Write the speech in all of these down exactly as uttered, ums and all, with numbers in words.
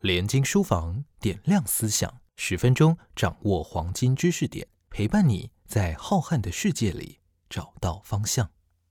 联经书房点亮思想，十分钟掌握黄金知识点，陪伴你在浩瀚的世界里找到方向。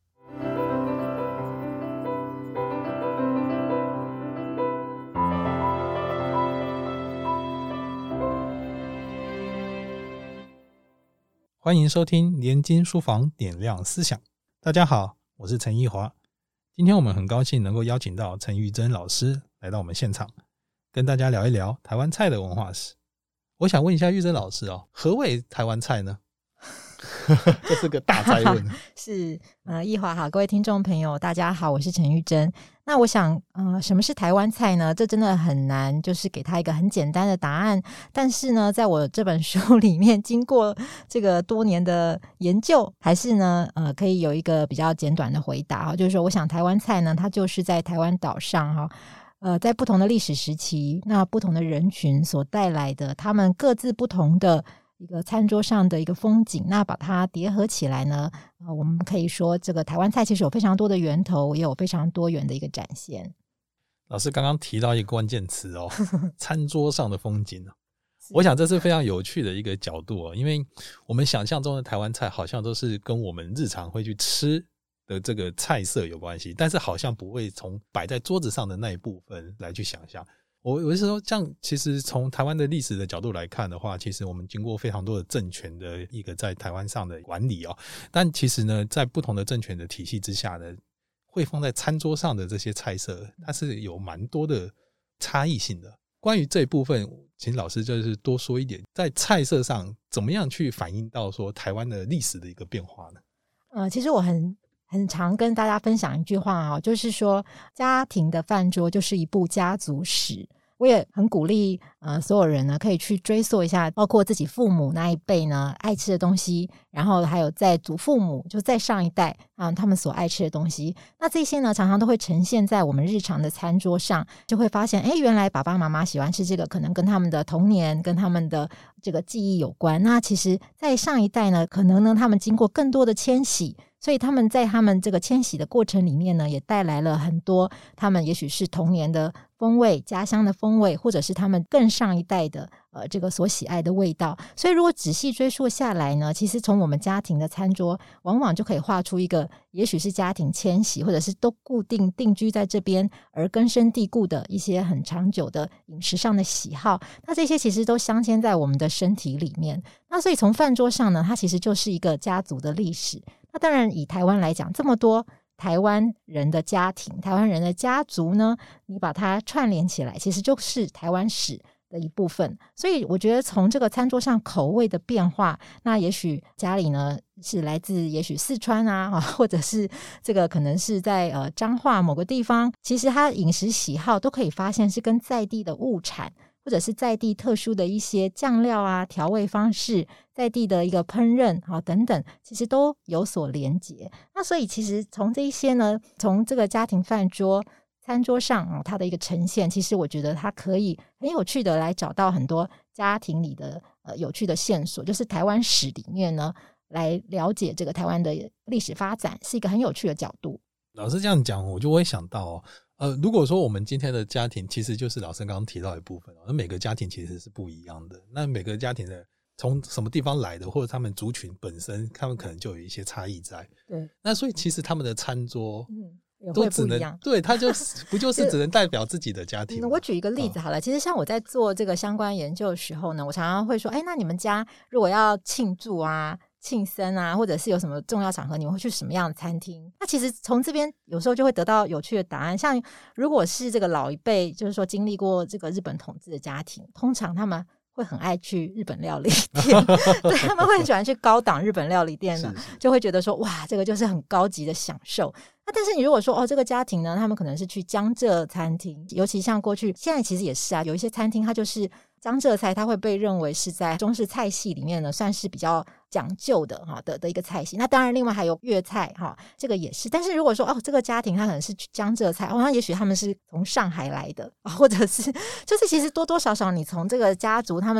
欢迎收听联经书房点亮思想。大家好，我是陈奕华。今天我们很高兴能够邀请到陈玉珍老师来到我们现场，跟大家聊一聊台湾菜的文化史。我想问一下玉珍老师哦，何谓台湾菜呢？这是个大哉问。 是呃，奕华好，各位听众朋友大家好，我是陈玉珍。那我想呃，什么是台湾菜呢？这真的很难就是给他一个很简单的答案，但是呢在我这本书里面经过这个多年的研究，还是呢呃可以有一个比较简短的回答，就是说我想台湾菜呢它就是在台湾岛上哈，呃，在不同的历史时期，那不同的人群所带来的他们各自不同的一个餐桌上的一个风景，那把它叠合起来呢，呃，我们可以说这个台湾菜其实有非常多的源头，也有非常多元的一个展现。 老师刚刚提到一个关键词哦，餐桌上的风景。我想这是非常有趣的一个角度哦，因为我们想象中的台湾菜好像都是跟我们日常会去吃的这个菜色有关系，但是好像不会从摆在桌子上的那一部分来去想象。我我是说，这样其实从台湾的历史的角度来看的话，其实我们经过非常多的政权的一个在台湾上的管理哦，但其实呢，在不同的政权的体系之下呢，会放在餐桌上的这些菜色，它是有蛮多的差异性的。关于这一部分，请老师就是多说一点，在菜色上怎么样去反映到说台湾的历史的一个变化呢？ 呃，其实我很很常跟大家分享一句话哦，就是说家庭的饭桌就是一部家族史。我也很鼓励呃所有人呢可以去追溯一下，包括自己父母那一辈呢爱吃的东西，然后还有在祖父母就再上一代啊他们所爱吃的东西，那这些呢常常都会呈现在我们日常的餐桌上，就会发现诶原来爸爸妈妈喜欢吃这个可能跟他们的童年跟他们的这个记忆有关，那其实在上一代呢可能呢他们经过更多的迁徙，所以他们在他们这个迁徙的过程里面呢也带来了很多他们也许是童年的风味，家乡的风味，或者是他们更上一代的呃这个所喜爱的味道。所以如果仔细追溯下来呢，其实从我们家庭的餐桌往往就可以画出一个也许是家庭迁徙，或者是都固定定居在这边而根深蒂固的一些很长久的饮食上的喜好，那这些其实都镶嵌在我们的身体里面。那所以从饭桌上呢，它其实就是一个家族的历史。那当然以台湾来讲，这么多台湾人的家庭，台湾人的家族呢，你把它串联起来，其实就是台湾史的一部分。所以我觉得从这个餐桌上口味的变化，那也许家里呢是来自也许四川啊，或者是这个可能是在呃彰化某个地方，其实它饮食喜好都可以发现是跟在地的物产或者是在地特殊的一些酱料啊、调味方式、在地的一个烹饪啊等等，其实都有所连结。那所以其实从这一些呢，从这个家庭饭桌、餐桌上啊，它的一个呈现，其实我觉得它可以很有趣的来找到很多家庭里的呃有趣的线索，就是台湾史里面呢，来了解这个台湾的历史发展，是一个很有趣的角度。 老师这样讲，我就会想到哦。呃，如果说我们今天的家庭其实就是老师刚刚提到的一部分，那每个家庭其实是不一样的，那每个家庭的从什么地方来的，或者他们族群本身他们可能就有一些差异在， 对， 那所以其实他们的餐桌嗯都只能对，它就不就是只能代表自己的家庭。 我举一个例子好了，其实像我在做这个相关研究的时候呢，我常常会说，哎，那你们家如果要庆祝啊、庆生啊，或者是有什么重要场合，你们会去什么样的餐厅？那其实从这边有时候就会得到有趣的答案。像如果是这个老一辈，就是说经历过这个日本统治的家庭，通常他们会很爱去日本料理店对，他们会很喜欢去高档日本料理店呢，就会觉得说哇，这个就是很高级的享受。那但是你如果说哦，这个家庭呢，他们可能是去江浙餐厅，尤其像过去现在其实也是啊，有一些餐厅它就是江浙菜，它会被认为是在中式菜系里面呢算是比较讲究的哈 的, 的一个菜系。那当然另外还有粤菜哈，这个也是。但是如果说哦，这个家庭他可能是去江浙菜，哦，那也许他们是从上海来的，或者是就是其实多多少少你从这个家族他们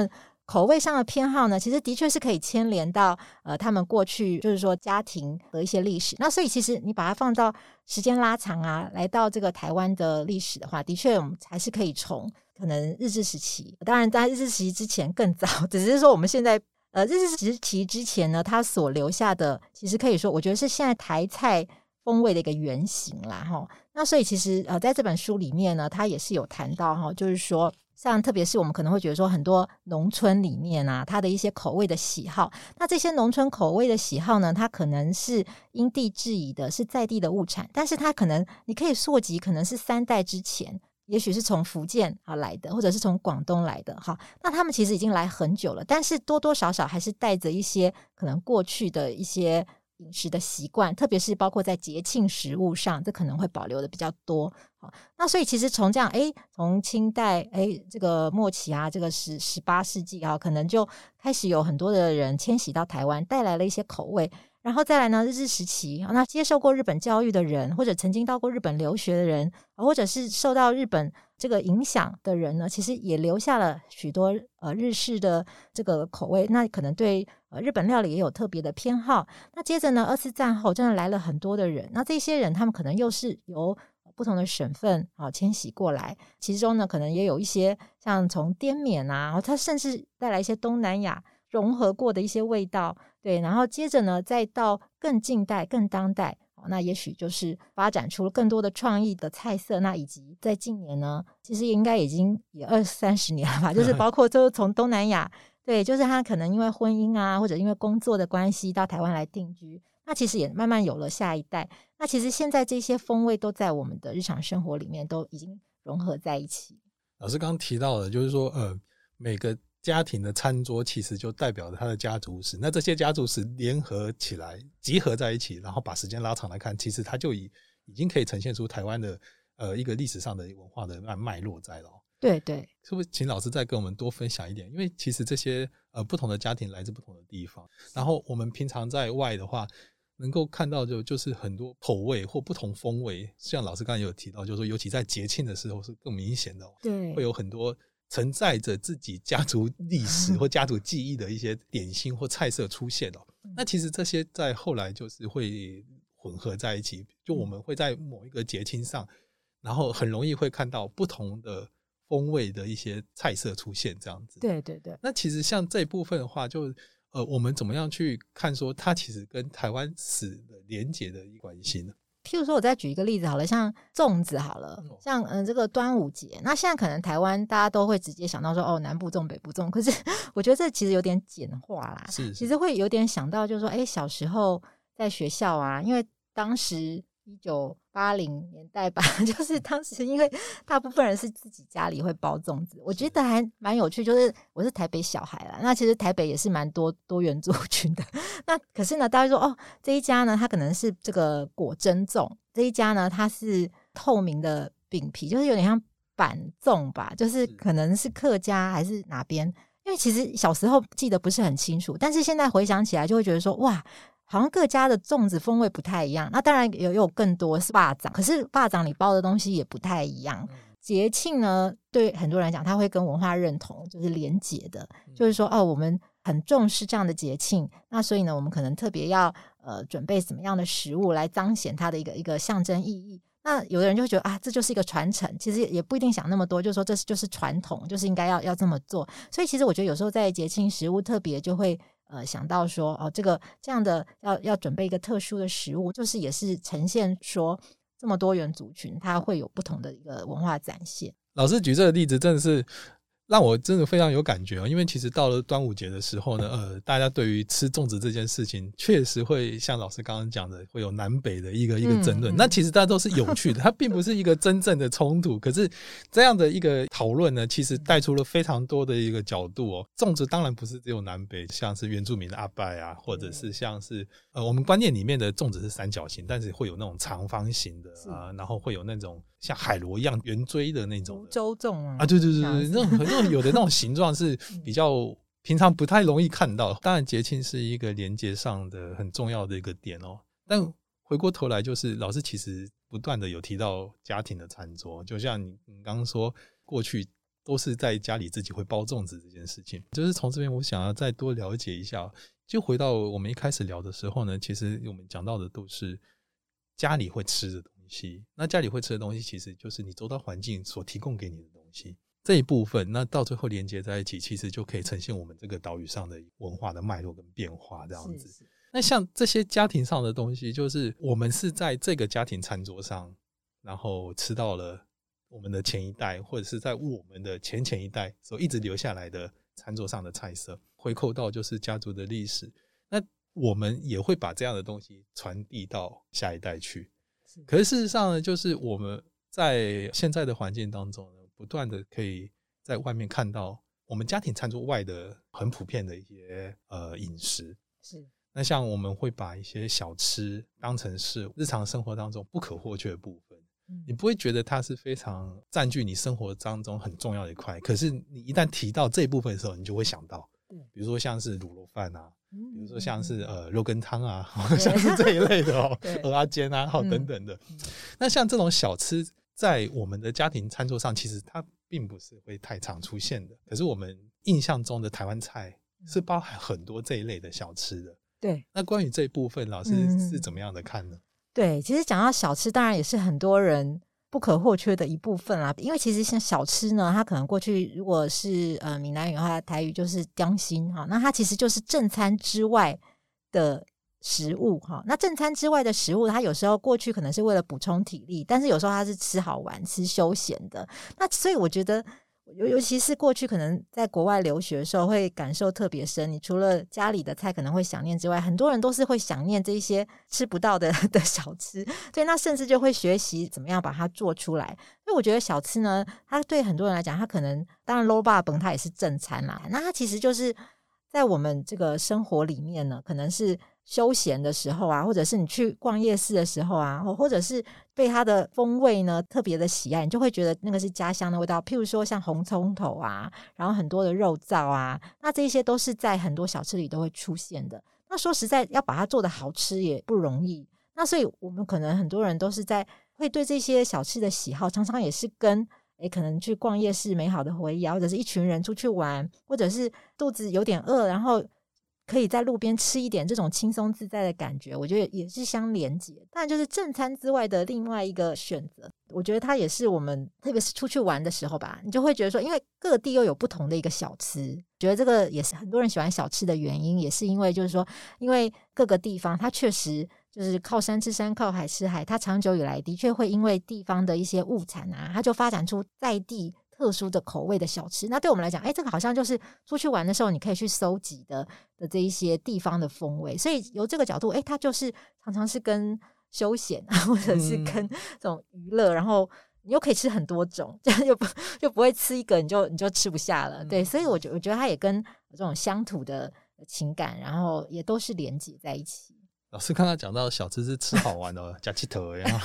口味上的偏好呢，其实的确是可以牵连到呃他们过去就是说家庭的一些历史。那所以其实你把它放到时间拉长啊，来到这个台湾的历史的话，的确我们还是可以从可能日治时期，当然在日治时期之前更早，只是说我们现在呃日治时期之前呢，它所留下的其实可以说我觉得是现在台菜风味的一个原型啦齁。那所以其实呃在这本书里面呢，它也是有谈到齁，就是说像特别是我们可能会觉得说很多农村里面啊，它的一些口味的喜好，那这些农村口味的喜好呢，它可能是因地制宜的，是在地的物产，但是它可能你可以溯及可能是三代之前，也许是从福建啊来的，或者是从广东来的哈，那他们其实已经来很久了，但是多多少少还是带着一些可能过去的一些饮食的习惯，特别是包括在节庆食物上，这可能会保留的比较多。好，那所以其实从这样，诶，从清代，诶，这个末期啊，这个十十八世纪啊，可能就开始有很多的人迁徙到台湾，带来了一些口味。然后再来呢，日治时期，那接受过日本教育的人，或者曾经到过日本留学的人，或者是受到日本这个影响的人呢，其实也留下了许多呃日式的这个口味，那可能对呃日本料理也有特别的偏好。那接着呢，二次战后真的来了很多的人，那这些人他们可能又是由不同的省份啊迁徙过来，其中呢可能也有一些像从滇缅啊，它甚至带来一些东南亚融合过的一些味道，对，然后接着呢再到更近代更当代，那也许就是发展出了更多的创意的菜色，那以及在近年呢其实应该已经也二三十年了吧，就是包括就是从东南亚对，就是他可能因为婚姻啊或者因为工作的关系到台湾来定居，那其实也慢慢有了下一代，那其实现在这些风味都在我们的日常生活里面都已经融合在一起。 老师刚刚提到的就是说呃，每个家庭的餐桌其实就代表着他的家族史，那这些家族史联合起来集合在一起，然后把时间拉长来看，其实它就已已经可以呈现出台湾的呃一个历史上的文化的脉络在了。 对对， 是不是请老师再跟我们多分享一点？因为其实这些呃不同的家庭来自不同的地方，然后我们平常在外的话能够看到就就是很多口味或不同风味，像老师刚才有提到，就是说尤其在节庆的时候是更明显的、哦、 对， 会有很多承载着自己家族历史或家族记忆的一些点心或菜色出现、哦、那其实这些在后来就是会混合在一起，就我们会在某一个节庆上，然后很容易会看到不同的风味的一些菜色出现这样子。 对对对， 那其实像这一部分的话就呃，我们怎么样去看说它其实跟台湾史的连结的一关系呢？ 譬如说我再举一个例子好了，像粽子好了，像嗯、呃、这个端午节，那现在可能台湾大家都会直接想到说哦南部粽北部粽，可是我觉得这其实有点简化啦， 是是其实会有点想到就是说哎小时候在学校啊，因为当时一九八零年代吧，就是当时因为大部分人是自己家里会包粽子，我觉得还蛮有趣，就是我是台北小孩啦，那其实台北也是蛮多多元族群的，那可是呢大家说哦这一家呢它可能是这个果珍粽，这一家呢它是透明的饼皮，就是有点像板粽吧，就是可能是客家还是哪边，因为其实小时候记得不是很清楚，但是现在回想起来就会觉得说哇好像各家的粽子风味不太一样，那当然也有更多是肉粽，可是肉粽里包的东西也不太一样。节庆呢对很多人来讲它会跟文化认同就是连结的，就是说哦我们很重视这样的节庆，那所以呢我们可能特别要呃准备什么样的食物来彰显它的一个一个象征意义，那有的人就会觉得啊这就是一个传承，其实也不一定想那么多，就是说这就是传统，就是应该要要这么做，所以其实我觉得有时候在节庆食物特别就会呃，想到说哦，这个这样的要要准备一个特殊的食物，就是也是呈现说这么多元族群，它会有不同的一个文化展现。 老师举这个例子真的是让我真的非常有感觉、哦、因为其实到了端午节的时候呢，呃，大家对于吃粽子这件事情确实会像老师刚刚讲的会有南北的一个一个争论、嗯、那其实大家都是有趣的，它并不是一个真正的冲突，可是这样的一个讨论呢其实带出了非常多的一个角度哦。粽子当然不是只有南北，像是原住民的阿拜啊，或者是像是呃我们观念里面的粽子是三角形，但是会有那种长方形的啊，然后会有那种像海螺一样圆锥的那种舟粽啊， 啊，对对对对，那种那种有的那种形状是比较平常不太容易看到。当然节庆是一个连接上的很重要的一个点哦，但回过头来就是老师其实不断的有提到家庭的餐桌，就像你你刚刚说过去都是在家里自己会包粽子这件事情。就是从这边我想要再多了解一下，就回到我们一开始聊的时候呢，其实我们讲到的都是家里会吃的东西，那家里会吃的东西其实就是你周遭环境所提供给你的东西，这一部分那到最后连接在一起，其实就可以呈现我们这个岛屿上的文化的脉络跟变化这样子。是是，那像这些家庭上的东西，就是我们是在这个家庭餐桌上，然后吃到了我们的前一代或者是在我们的前前一代所一直留下来的餐桌上的菜色，回扣到就是家族的历史，那我们也会把这样的东西传递到下一代去。可是事实上呢，就是我们在现在的环境当中呢，不断的可以在外面看到我们家庭餐桌外的很普遍的一些呃饮食。是，那像我们会把一些小吃当成是日常生活当中不可或缺的部分，嗯，你不会觉得它是非常占据你生活当中很重要的一块，可是你一旦提到这一部分的时候，你就会想到，比如说像是卤肉饭啊，比如说像是呃肉羹汤啊，像是这一类的哦，蚵仔煎啊，好等等的，嗯。那像这种小吃在我们的家庭餐桌上，其实它并不是会太常出现的。可是我们印象中的台湾菜是包含很多这一类的小吃的。对，那关于这一部分，老师是怎么样的看呢？嗯， 对，其实讲到小吃，当然也是很多人不可或缺的一部分啦。因为其实像小吃呢，它可能过去如果是呃闽南语的话，台语就是点心哈，那它其实就是正餐之外的食物哈。那正餐之外的食物，它有时候过去可能是为了补充体力，但是有时候它是吃好玩、吃休闲的。那所以我觉得，尤其是过去可能在国外留学的时候会感受特别深，你除了家里的菜可能会想念之外，很多人都是会想念这些吃不到的的小吃，对，那甚至就会学习怎么样把它做出来。所以我觉得小吃呢，它对很多人来讲，它可能当然 low bar 本它也是正餐啦，那它其实就是在我们这个生活里面呢，可能是休闲的时候啊，或者是你去逛夜市的时候啊，或者是被它的风味呢特别的喜爱，你就会觉得那个是家乡的味道。譬如说像红葱头啊，然后很多的肉燥啊，那这些都是在很多小吃里都会出现的。那说实在要把它做得好吃也不容易，那所以我们可能很多人都是在会对这些小吃的喜好常常也是跟诶可能去逛夜市美好的回忆啊，或者是一群人出去玩，或者是肚子有点饿，然后可以在路边吃一点这种轻松自在的感觉，我觉得也是相连结。当然就是正餐之外的另外一个选择，我觉得它也是我们特别是出去玩的时候吧，你就会觉得说因为各地又有不同的一个小吃，觉得这个也是很多人喜欢小吃的原因，也是因为就是说因为各个地方它确实就是靠山吃山靠海吃海，它长久以来的确会因为地方的一些物产啊，它就发展出在地特殊的口味的小吃。那对我们来讲，哎，这个好像就是出去玩的时候你可以去搜集的的这一些地方的风味，所以由这个角度，哎，它就是常常是跟休闲啊，或者是跟这种娱乐，然后你又可以吃很多种，这样就不就不会吃一个你就你就吃不下了。对，所以我觉我觉得它也跟这种乡土的情感，然后也都是连结在一起。 老师刚才讲到小吃是吃好玩的，吃气头呀，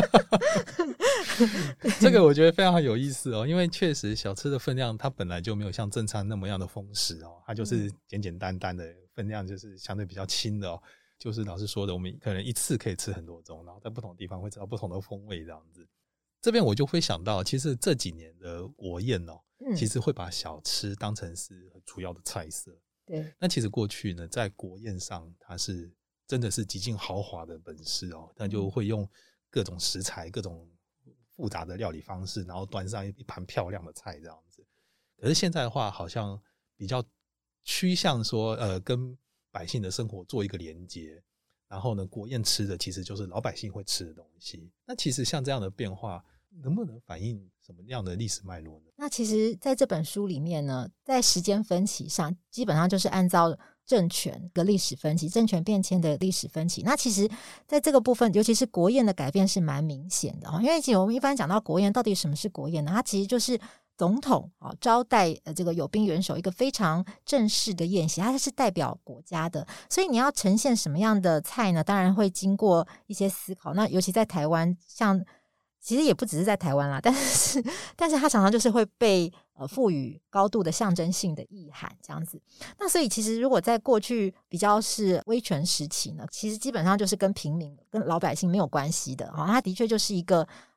这个我觉得非常有意思哦，因为确实小吃的分量它本来就没有像正餐那么样的丰实哦，它就是简简单单的分量，就是相对比较轻的哦。就是老师说的，我们可能一次可以吃很多种，然后在不同地方会吃到不同的风味这样子。这边我就会想到，其实这几年的国宴哦，嗯、其实会把小吃当成是很主要的菜色。对，那其实过去呢，在国宴上它是真的是极尽豪华的本事哦，那就会用各种食材、各种复杂的料理方式，然后端上一盘漂亮的菜这样子。可是现在的话，好像比较趋向说，呃，跟百姓的生活做一个连结，然后呢，国宴吃的其实就是老百姓会吃的东西。那其实像这样的变化，能不能反映什么样的历史脉络呢？ 那其实在这本书里面呢，在时间分歧上，基本上就是按照政权的历史分歧，政权变迁的历史分歧。那其实在这个部分，尤其是国宴的改变是蛮明显的，因为其实我们一般讲到国宴，到底什么是国宴呢？它其实就是总统招待这个有兵元首一个非常正式的宴席，它是代表国家的，所以你要呈现什么样的菜呢？当然会经过一些思考。那尤其在台湾，像其实也不只是在台湾啦，但是但是它常常就是会被呃赋予高度的象征性的意涵这样子。那所以其实如果在过去比较是威权时期呢，其实基本上就是跟平民跟老百姓没有关系的，它的确就是一个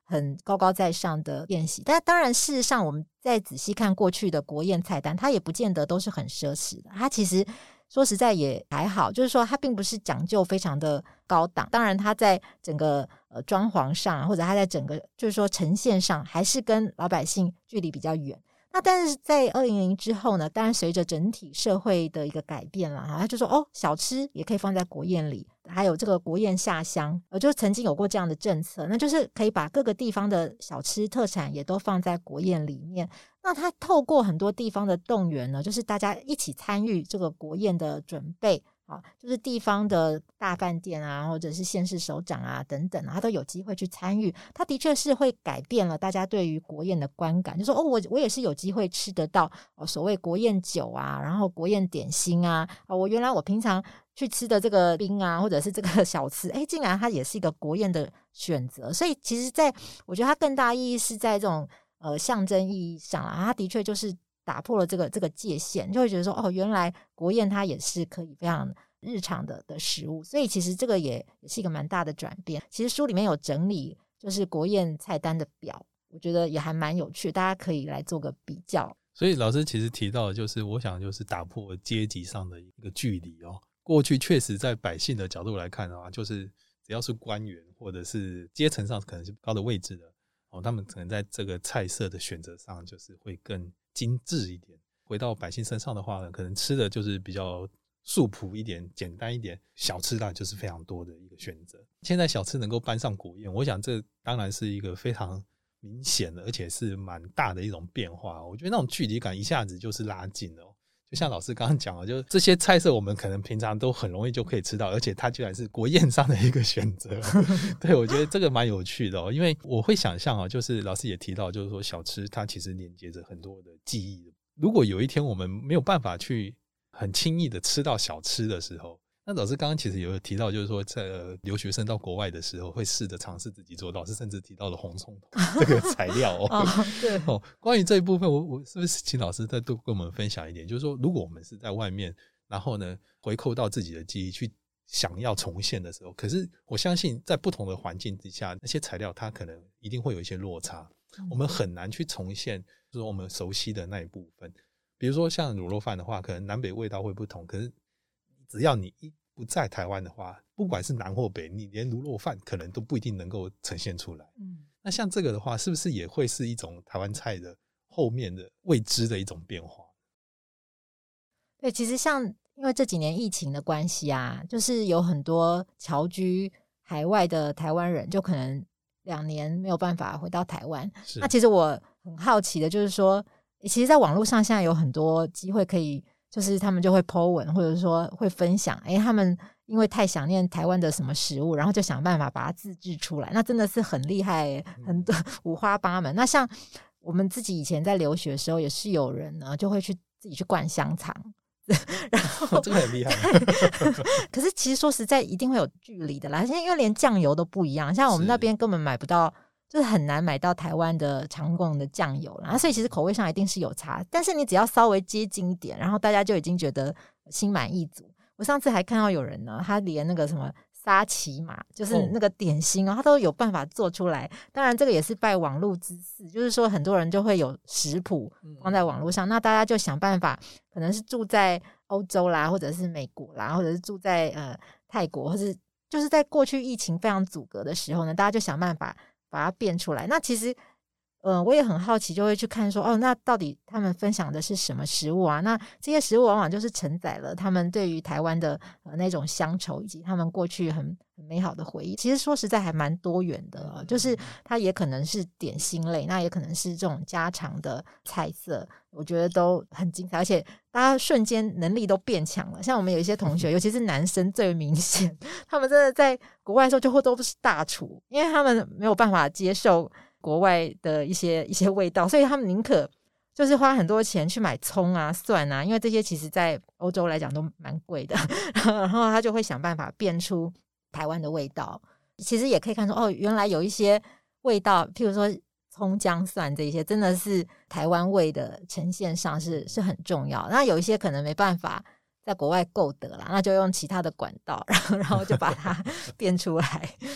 很高高在上的宴席。但当然事实上我们再仔细看过去的国宴菜单，它也不见得都是很奢侈的，它其实说实在也还好，就是说它并不是讲究非常的高档，当然它在整个呃装潢上，或者它在整个就是说呈现上还是跟老百姓距离比较远。那但是在二零零之后呢，当然随着整体社会的一个改变啦，他就说哦，小吃也可以放在国宴里，还有这个国宴下乡，呃，就曾经有过这样的政策，那就是可以把各个地方的小吃特产也都放在国宴里面。那他透过很多地方的动员呢，就是大家一起参与这个国宴的准备啊，就是地方的大饭店啊，或者是县市首长啊等等啊，他都有机会去参与。他的确是会改变了大家对于国宴的观感，就说哦，我我也是有机会吃得到哦，所谓国宴酒啊，然后国宴点心啊，哦，我原来我平常去吃的这个冰啊，或者是这个小吃，哎，竟然它也是一个国宴的选择。所以其实在我觉得它更大意义是在这种呃象征意义上啊，它的确就是打破了这个这个界限，就会觉得说哦，原来国宴它也是可以非常日常的的食物。所以其实这个也也是一个蛮大的转变。其实书里面有整理就是国宴菜单的表，我觉得也还蛮有趣，大家可以来做个比较。 所以老师其实提到的就是我想就是打破阶级上的一个距离哦。过去确实在百姓的角度来看的话，就是只要是官员或者是阶层上可能是高的位置的哦，他们可能在这个菜色的选择上就是会更精致一点。回到百姓身上的话呢，可能吃的就是比较素朴一点，简单一点，小吃当然就是非常多的一个选择。现在小吃能够搬上国宴，我想这当然是一个非常明显的而且是蛮大的一种变化。我觉得那种距离感一下子就是拉近了。就像老师刚刚讲的，就这些菜色我们可能平常都很容易就可以吃到，而且它居然是国宴上的一个选择。对，我觉得这个蛮有趣的哦，因为我会想象啊，就是老师也提到，就是说小吃它其实连接着很多的记忆。如果有一天我们没有办法去很轻易的吃到小吃的时候，那老师刚刚其实有提到，就是说在、呃、留学生到国外的时候会试着尝试自己做，老师甚至提到了红葱头这个材料哦。 哦对哦，关于这一部分我我是不是请老师再多跟我们分享一点，就是说如果我们是在外面，然后呢回扣到自己的记忆去想要重现的时候，可是我相信在不同的环境之下，那些材料它可能一定会有一些落差，我们很难去重现就是我们熟悉的那一部分。比如说像卤肉饭的话，可能南北味道会不同，可是只要你一不在台湾的话，不管是南或北，你连卤肉饭可能都不一定能够呈现出来。嗯，那像这个的话，是不是也会是一种台湾菜的后面的未知的一种变化？ 对，其实像因为这几年疫情的关系啊，就是有很多侨居海外的台湾人，就可能两年没有办法回到台湾。那其实我很好奇的就是说，其实在网络上现在有很多机会可以，就是他们就会 po 文，或者说会分享，诶他们因为太想念台湾的什么食物，然后就想办法把它自制出来，那真的是很厉害，很多五花八门。那像我们自己以前在留学的时候，也是有人呢就会去自己去灌香肠，然后、 哦、这个很厉害。 可是其实说实在一定会有距离的啦，因为连酱油都不一样，像我们那边根本买不到，就是很难买到台湾的常贡的酱油啦，所以其实口味上一定是有差，但是你只要稍微接近一点，然后大家就已经觉得心满意足。我上次还看到有人呢，他连那个什么沙琪玛，就是那个点心哦，他都有办法做出来。当然这个也是拜网络之赐，就是说很多人就会有食谱放在网络上，那大家就想办法，可能是住在欧洲啦，或者是美国啦，或者是住在呃泰国，或是就是在过去疫情非常阻隔的时候呢，大家就想办法把它变出来。那其实呃，我也很好奇，就会去看说哦，那到底他们分享的是什么食物啊？那这些食物往往就是承载了他们对于台湾的呃那种乡愁，以及他们过去很很美好的回忆。其实说实在还蛮多元的、哦，就是它也可能是点心类，那也可能是这种家常的菜色，我觉得都很精彩，而且大家瞬间能力都变强了。像我们有一些同学，尤其是男生最明显，他们真的在国外的时候就会都是大厨，因为他们没有办法接受国外的一些一些味道，所以他们宁可就是花很多钱去买葱啊蒜啊，因为这些其实在欧洲来讲都蛮贵的，然后他就会想办法变出台湾的味道。其实也可以看出哦，原来有一些味道，譬如说葱姜蒜这些真的是台湾味的呈现上是是很重要。那有一些可能没办法在国外购得啦，那就用其他的管道，然后然后就把它变出来。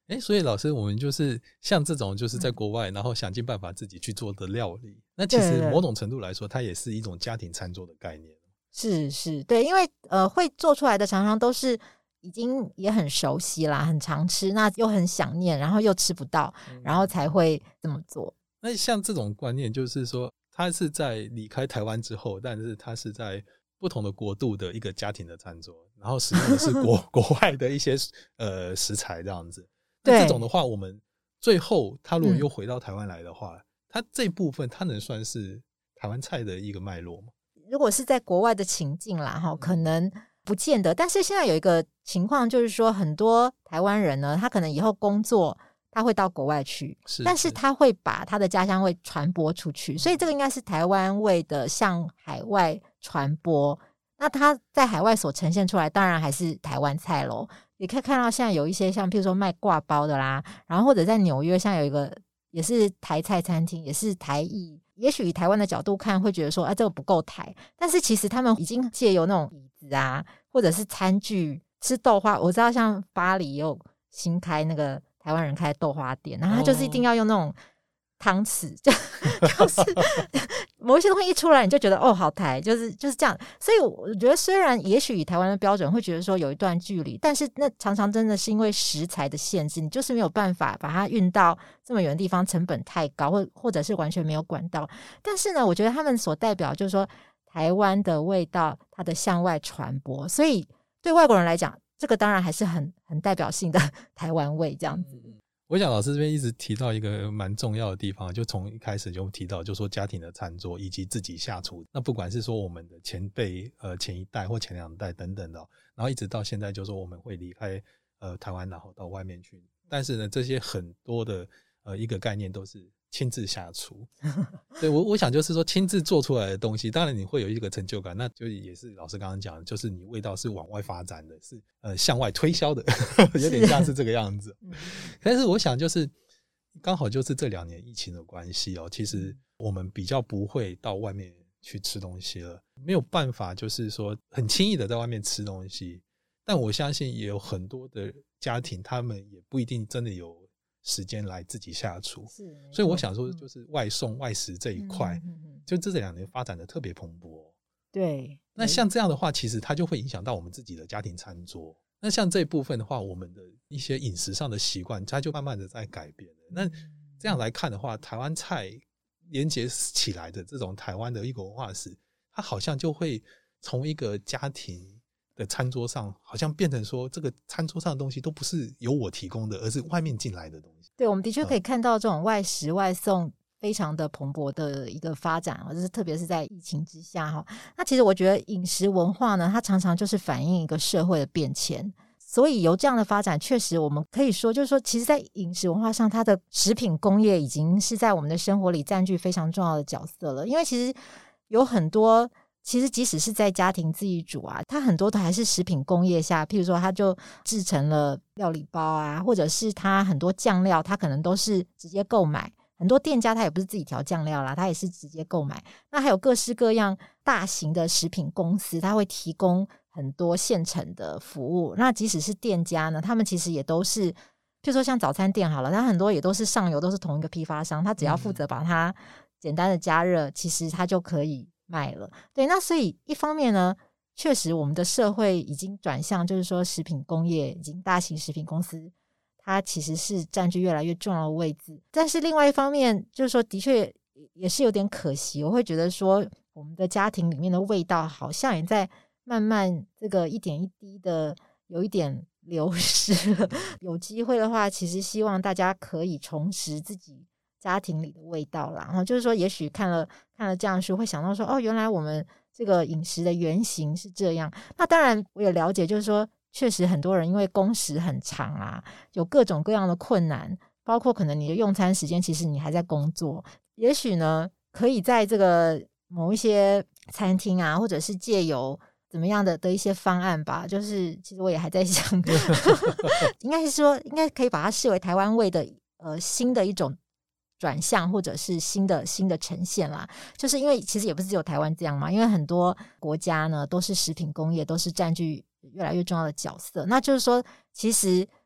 哎，所以老师，我们就是像这种就是在国外，嗯、然后想尽办法自己去做的料理，那其实某种程度来说，它也是一种家庭餐桌的概念。 是是，对，因为呃，会做出来的常常都是已经也很熟悉啦，很常吃，那又很想念，然后又吃不到，嗯、然后才会这么做。 那像这种观念，就是说，它是在离开台湾之后，但是它是在不同的国度的一个家庭的餐桌，然后使用的是国国外的一些呃食材这样子。那这种的话，我们最后他如果又回到台湾来的话，嗯、他这部分他能算是台湾菜的一个脉络吗？ 如果是在国外的情境啦，哈，可能不见得。但是现在有一个情况，就是说很多台湾人呢，他可能以后工作他会到国外去， 是但是他会把他的家乡味传播出去，所以这个应该是台湾味的向海外传播。那他在海外所呈现出来，当然还是台湾菜咯。也可以看到现在有一些像譬如说卖挂包的啦，然后或者在纽约像有一个也是台菜餐厅，也是台裔，也许以台湾的角度看会觉得说啊这个不够台，但是其实他们已经借由那种椅子啊或者是餐具吃豆花。我知道像巴黎也有新开那个台湾人开的豆花店，然后他就是一定要用那种汤匙，就就是某一些东西一出来你就觉得哦好台，就是就是这样。所以我觉得虽然也许以台湾的标准会觉得说有一段距离，但是那常常真的是因为食材的限制，你就是没有办法把它运到这么远的地方，成本太高，或或者是完全没有管道。但是呢我觉得他们所代表就是说台湾的味道它的向外传播，所以对外国人来讲这个当然还是很很代表性的台湾味这样子。 我想老师这边一直提到一个蛮重要的地方，就从一开始就提到就说家庭的餐桌以及自己下厨，那不管是说我们的前辈呃前一代或前两代等等的，然后一直到现在就说我们会离开呃台湾然后到外面去，但是呢这些很多的呃一个概念都是亲自下厨。对，我我想就是说亲自做出来的东西，当然你会有一个成就感，那就也是老师刚刚讲的，就是你味道是往外发展的，是呃向外推销的，有点像是这个样子。但是我想就是刚好就是这两年疫情的关系哦，其实我们比较不会到外面去吃东西了，没有办法就是说很轻易的在外面吃东西，但我相信也有很多的家庭他们也不一定真的有时间来自己下厨，所以我想说就是外送、嗯、外食这一块、嗯嗯嗯、就这两年发展的特别蓬勃。 对， 那像这样的话其实它就会影响到我们自己的家庭餐桌，那像这一部分的话我们的一些饮食上的习惯它就慢慢的在改变了。那这样来看的话，台湾菜连结起来的这种台湾的一个文化史，它好像就会从一个家庭的餐桌上好像变成说这个餐桌上的东西都不是由我提供的，而是外面进来的东西。 对，我们的确可以看到这种外食外送非常的蓬勃的一个发展，就是特别是在疫情之下。那其实我觉得饮食文化呢，它常常就是反映一个社会的变迁，所以由这样的发展确实我们可以说就是说其实在饮食文化上它的食品工业已经是在我们的生活里占据非常重要的角色了。因为其实有很多其实即使是在家庭自己煮啊，它很多都还是食品工业下，譬如说它就制成了料理包啊，或者是它很多酱料它可能都是直接购买，很多店家它也不是自己调酱料啦，它也是直接购买。那还有各式各样大型的食品公司，它会提供很多现成的服务。那即使是店家呢，他们其实也都是譬如说像早餐店好了，它很多也都是上游都是同一个批发商，它只要负责把它简单的加热、嗯、其实它就可以卖了。对，那所以一方面呢，确实我们的社会已经转向就是说食品工业，已经大型食品公司它其实是占据越来越重要的位置。但是另外一方面就是说的确也是有点可惜，我会觉得说我们的家庭里面的味道好像也在慢慢这个一点一滴的有一点流失了。有机会的话其实希望大家可以重拾自己家庭里的味道啦，然后就是说也许看了看了这样的书会想到说哦，原来我们这个饮食的原型是这样。那当然我也了解就是说确实很多人因为工时很长啊，有各种各样的困难，包括可能你的用餐时间其实你还在工作，也许呢可以在这个某一些餐厅啊，或者是借由怎么样的的一些方案吧，就是其实我也还在想应该是说应该可以把它视为台湾味的呃新的一种转向，或者是新的新的呈现啦。就是因为其实也不是只有台湾这样嘛，因为很多国家呢都是食品工业都是占据越来越重要的角色。那就是说其实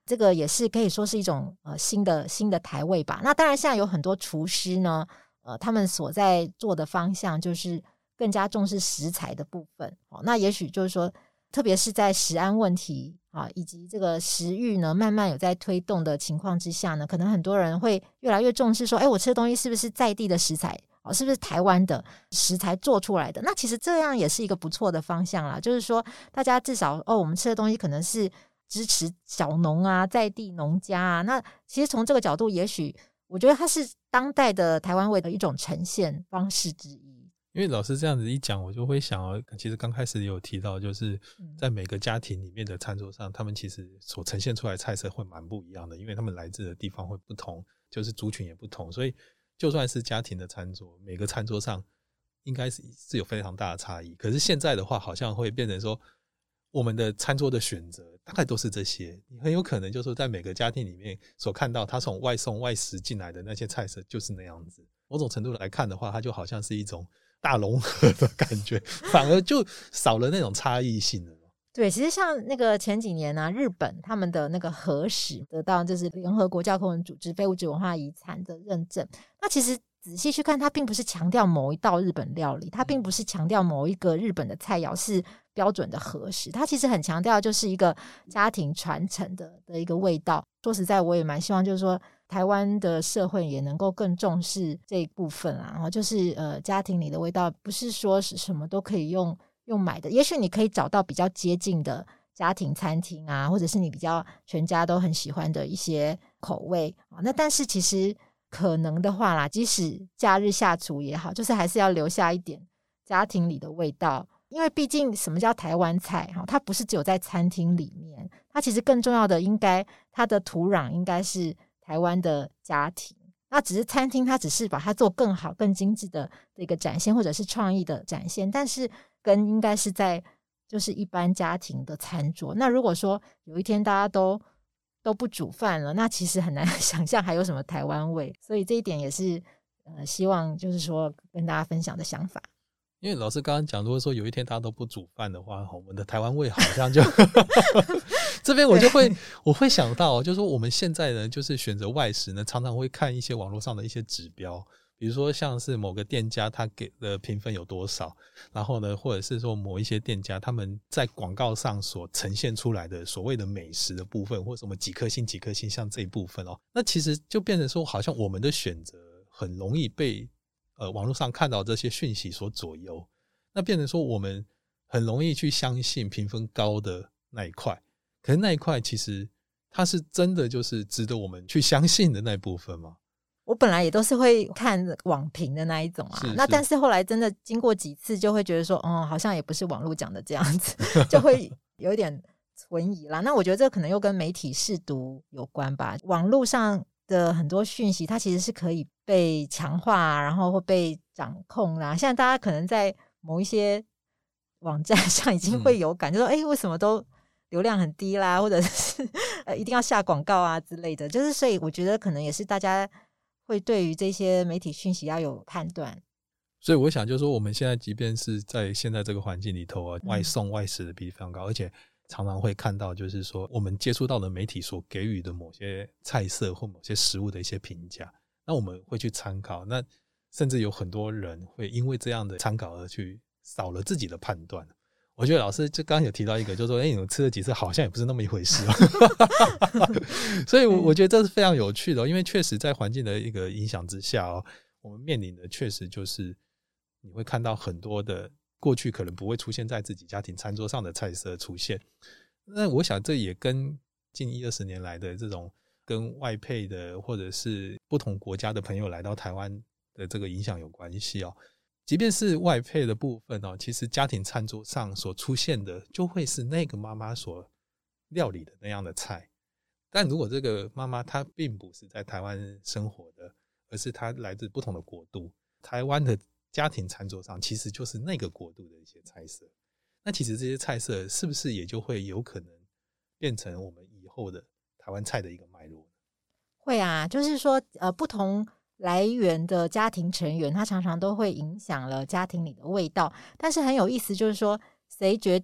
这个也是可以说是一种呃新的新的台味吧。那当然现在有很多厨师呢，呃，他们所在做的方向就是更加重视食材的部分。哦、那也许就是说，特别是在食安问题啊，以及这个食欲呢慢慢有在推动的情况之下呢，可能很多人会越来越重视说，哎，我吃的东西是不是在地的食材？哦，是不是台湾的食材做出来的？那其实这样也是一个不错的方向啦，就是说大家至少哦，我们吃的东西可能是支持小农啊，在地农家啊。那其实从这个角度，也许我觉得它是当代的台湾味的一种呈现方式之一。 因为老师这样子一讲，我就会想哦，其实刚开始也有提到，就是在每个家庭里面的餐桌上，他们其实所呈现出来的菜色会蛮不一样的，因为他们来自的地方会不同，就是族群也不同，所以就算是家庭的餐桌，每个餐桌上应该是是有非常大的差异。可是现在的话，好像会变成说，我们的餐桌的选择大概都是这些，你很有可能就是在每个家庭里面所看到他从外送外食进来的那些菜色就是那样子。某种程度来看的话，它就好像是一种大融合的感觉，反而就少了那种差异性了。 对，其实像那个前几年啊，日本他们的那个和食得到就是联合国教科文组织非物质文化遗产的认证。那其实仔细去看，它并不是强调某一道日本料理，它并不是强调某一个日本的菜肴是标准的和食，它其实很强调就是一个家庭传承的的一个味道。说实在，我也蛮希望就是说台湾的社会也能够更重视这一部分啊，然后就是呃家庭里的味道，不是说是什么都可以用用买的，也许你可以找到比较接近的家庭餐厅啊，或者是你比较全家都很喜欢的一些口味啊。那但是其实可能的话啦，即使假日下厨也好，就是还是要留下一点家庭里的味道，因为毕竟什么叫台湾菜，它不是只有在餐厅里面，它其实更重要的应该它的土壤应该是台湾的家庭。那只是餐厅它只是把它做更好更精致的一个展现，或者是创意的展现，但是根应该是在就是一般家庭的餐桌。那如果说有一天大家都都不煮饭了，那其实很难想象还有什么台湾味。所以这一点也是呃希望就是说跟大家分享的想法。 因为老师刚刚讲，如果说有一天大家都不煮饭的话，我们的台湾味好像就这边我就会我会想到，就是说我们现在呢，就是选择外食呢，常常会看一些网络上的一些指标，比如说像是某个店家他给的评分有多少，然后呢，或者是说某一些店家他们在广告上所呈现出来的所谓的美食的部分，或什么几颗星几颗星，像这一部分哦，那其实就变成说，好像我们的选择很容易被呃网络上看到这些讯息所左右，那变成说我们很容易去相信评分高的那一块，可是那一块其实它是真的就是值得我们去相信的那一部分吗？ 我本来也都是会看网评的那一种啊， 是是那但是后来真的经过几次就会觉得说，哦，好像也不是网络讲的这样子，就会有一点存疑啦。那我觉得这可能又跟媒体识读有关吧。网络上的很多讯息它其实是可以被强化，然后会被掌控啦。现在大家可能在某一些网站上已经会有感、嗯、就说哎，为什么都流量很低啦，或者是呃一定要下广告啊之类的，就是所以我觉得可能也是大家会对于这些媒体讯息要有判断。 所以我想就是说我们现在即便是在现在这个环境里头啊，外送外食的比例非常高、嗯、而且常常会看到就是说我们接触到的媒体所给予的某些菜色或某些食物的一些评价，那我们会去参考，那甚至有很多人会因为这样的参考而去少了自己的判断。我觉得老师就刚刚有提到一个就是说哎，你们吃了几次好像也不是那么一回事、哦、所以我觉得这是非常有趣的、哦、因为确实在环境的一个影响之下、哦、我们面临的确实就是你会看到很多的过去可能不会出现在自己家庭餐桌上的菜色出现。那我想这也跟近一二十年来的这种跟外配的或者是不同国家的朋友来到台湾的这个影响有关系哦。即便是外配的部分哦，其实家庭餐桌上所出现的就会是那个妈妈所料理的那样的菜，但如果这个妈妈她并不是在台湾生活的，而是她来自不同的国度，台湾的家庭餐桌上其实就是那个国度的一些菜色，那其实这些菜色是不是也就会有可能变成我们以后的台湾菜的一个脉络？ 会啊，就是说呃，不同来源的家庭成员他常常都会影响了家庭里的味道，但是很有意思就是说谁决定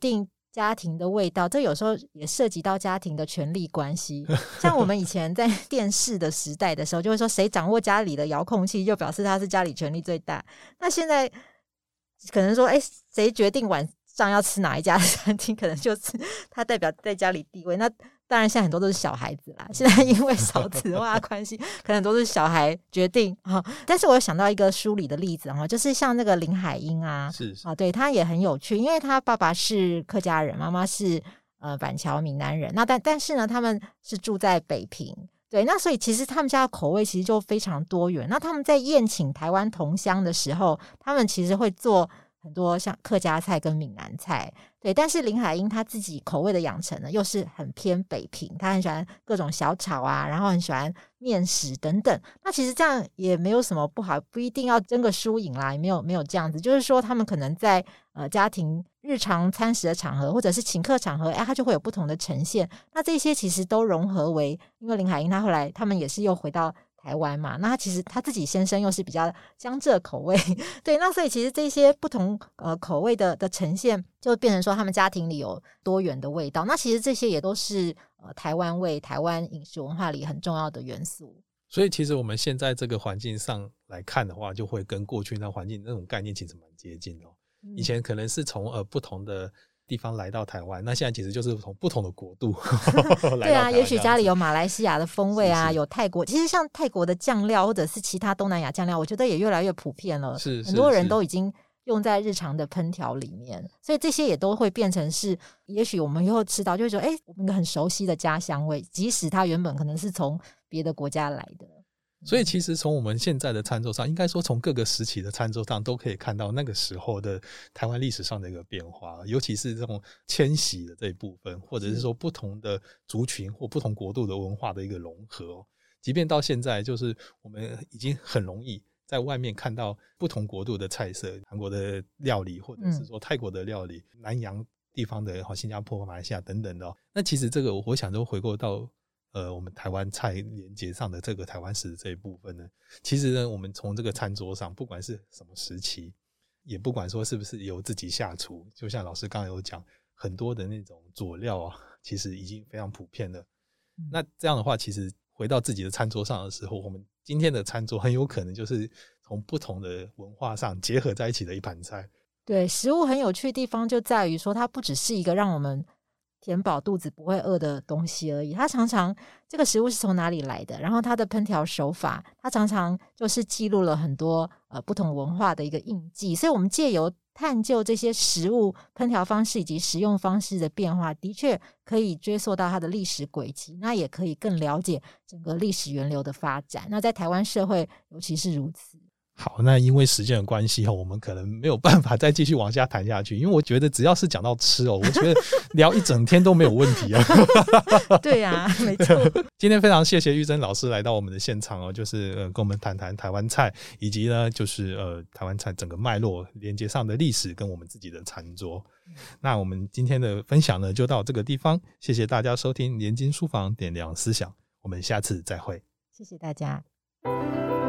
家庭的味道，这有时候也涉及到家庭的权力关系。像我们以前在电视的时代的时候，就会说谁掌握家里的遥控器，就表示他是家里权力最大。那现在可能说，哎，谁决定晚上要吃哪一家餐厅，可能就是他代表在家里地位。那当然现在很多都是小孩子啦，现在因为少子化的关系可能都是小孩决定、哦、但是我有想到一个书里的例子、哦、就是像那个林海音啊， 是是、 哦、对，他也很有趣，因为他爸爸是客家人，妈妈是呃板桥闽南人，那但但是呢他们是住在北平，对，那所以其实他们家的口味其实就非常多元。那他们在宴请台湾同乡的时候，他们其实会做很多像客家菜跟闽南菜，对，但是林海音他自己口味的养成呢，又是很偏北平，他很喜欢各种小炒啊，然后很喜欢面食等等。那其实这样也没有什么不好，不一定要争个输赢啦，也没有没有这样子，就是说他们可能在呃家庭日常餐食的场合，或者是请客场合，哎，它就会有不同的呈现。那这些其实都融合为，因为林海音他后来他们也是又回到台湾嘛，那他其实他自己先生又是比较江浙口味，对，那所以其实这些不同呃口味的的呈现，就变成说他们家庭里有多元的味道。那其实这些也都是呃台湾味、台湾饮食文化里很重要的元素。 所以其实我们现在这个环境上来看的话，就会跟过去那环境那种概念其实蛮接近的、哦嗯、以前可能是从呃不同的地方来到台湾，那现在其实就是从不同的国度对啊，也许家里有马来西亚的风味啊，是是有泰国，其实像泰国的酱料或者是其他东南亚酱料，我觉得也越来越普遍了， 是是很多人都已经用在日常的烹调里面，所以这些也都会变成是也许我们以后吃到就会说，哎，我们一个很熟悉的家乡味，即使它原本可能是从别的国家来的。 所以其实从我们现在的餐桌上，应该说从各个时期的餐桌上都可以看到那个时候的台湾历史上的一个变化，尤其是这种迁徙的这一部分，或者是说不同的族群或不同国度的文化的一个融合。即便到现在，就是我们已经很容易在外面看到不同国度的菜色，韩国的料理，或者是说泰国的料理、嗯、南洋地方的新加坡、马来西亚等等的。那其实这个我想就回过到呃，我们台湾菜连结上的这个台湾史这一部分呢，其实呢，我们从这个餐桌上，不管是什么时期，也不管说是不是由自己下厨，就像老师刚刚有讲，很多的那种佐料啊，其实已经非常普遍了。嗯、那这样的话，其实回到自己的餐桌上的时候，我们今天的餐桌很有可能就是从不同的文化上结合在一起的一盘菜。 对，食物很有趣的地方就在于说，它不只是一个让我们填饱肚子不会饿的东西而已，它常常这个食物是从哪里来的，然后它的烹调手法，它常常就是记录了很多呃不同文化的一个印记，所以我们借由探究这些食物烹调方式以及食用方式的变化，的确可以追溯到它的历史轨迹，那也可以更了解整个历史源流的发展，那在台湾社会尤其是如此。 好，那因为时间的关系，我们可能没有办法再继续往下谈下去，因为我觉得只要是讲到吃哦，我觉得聊一整天都没有问题啊。 对啊，没错。 今天非常谢谢玉珍老师来到我们的现场哦，就是呃跟我们谈谈台湾菜，以及呢就是呃台湾菜整个脉络连接上的历史跟我们自己的餐桌。嗯、那我们今天的分享呢就到这个地方，谢谢大家收听联经书房点亮思想，我们下次再会。 谢谢大家。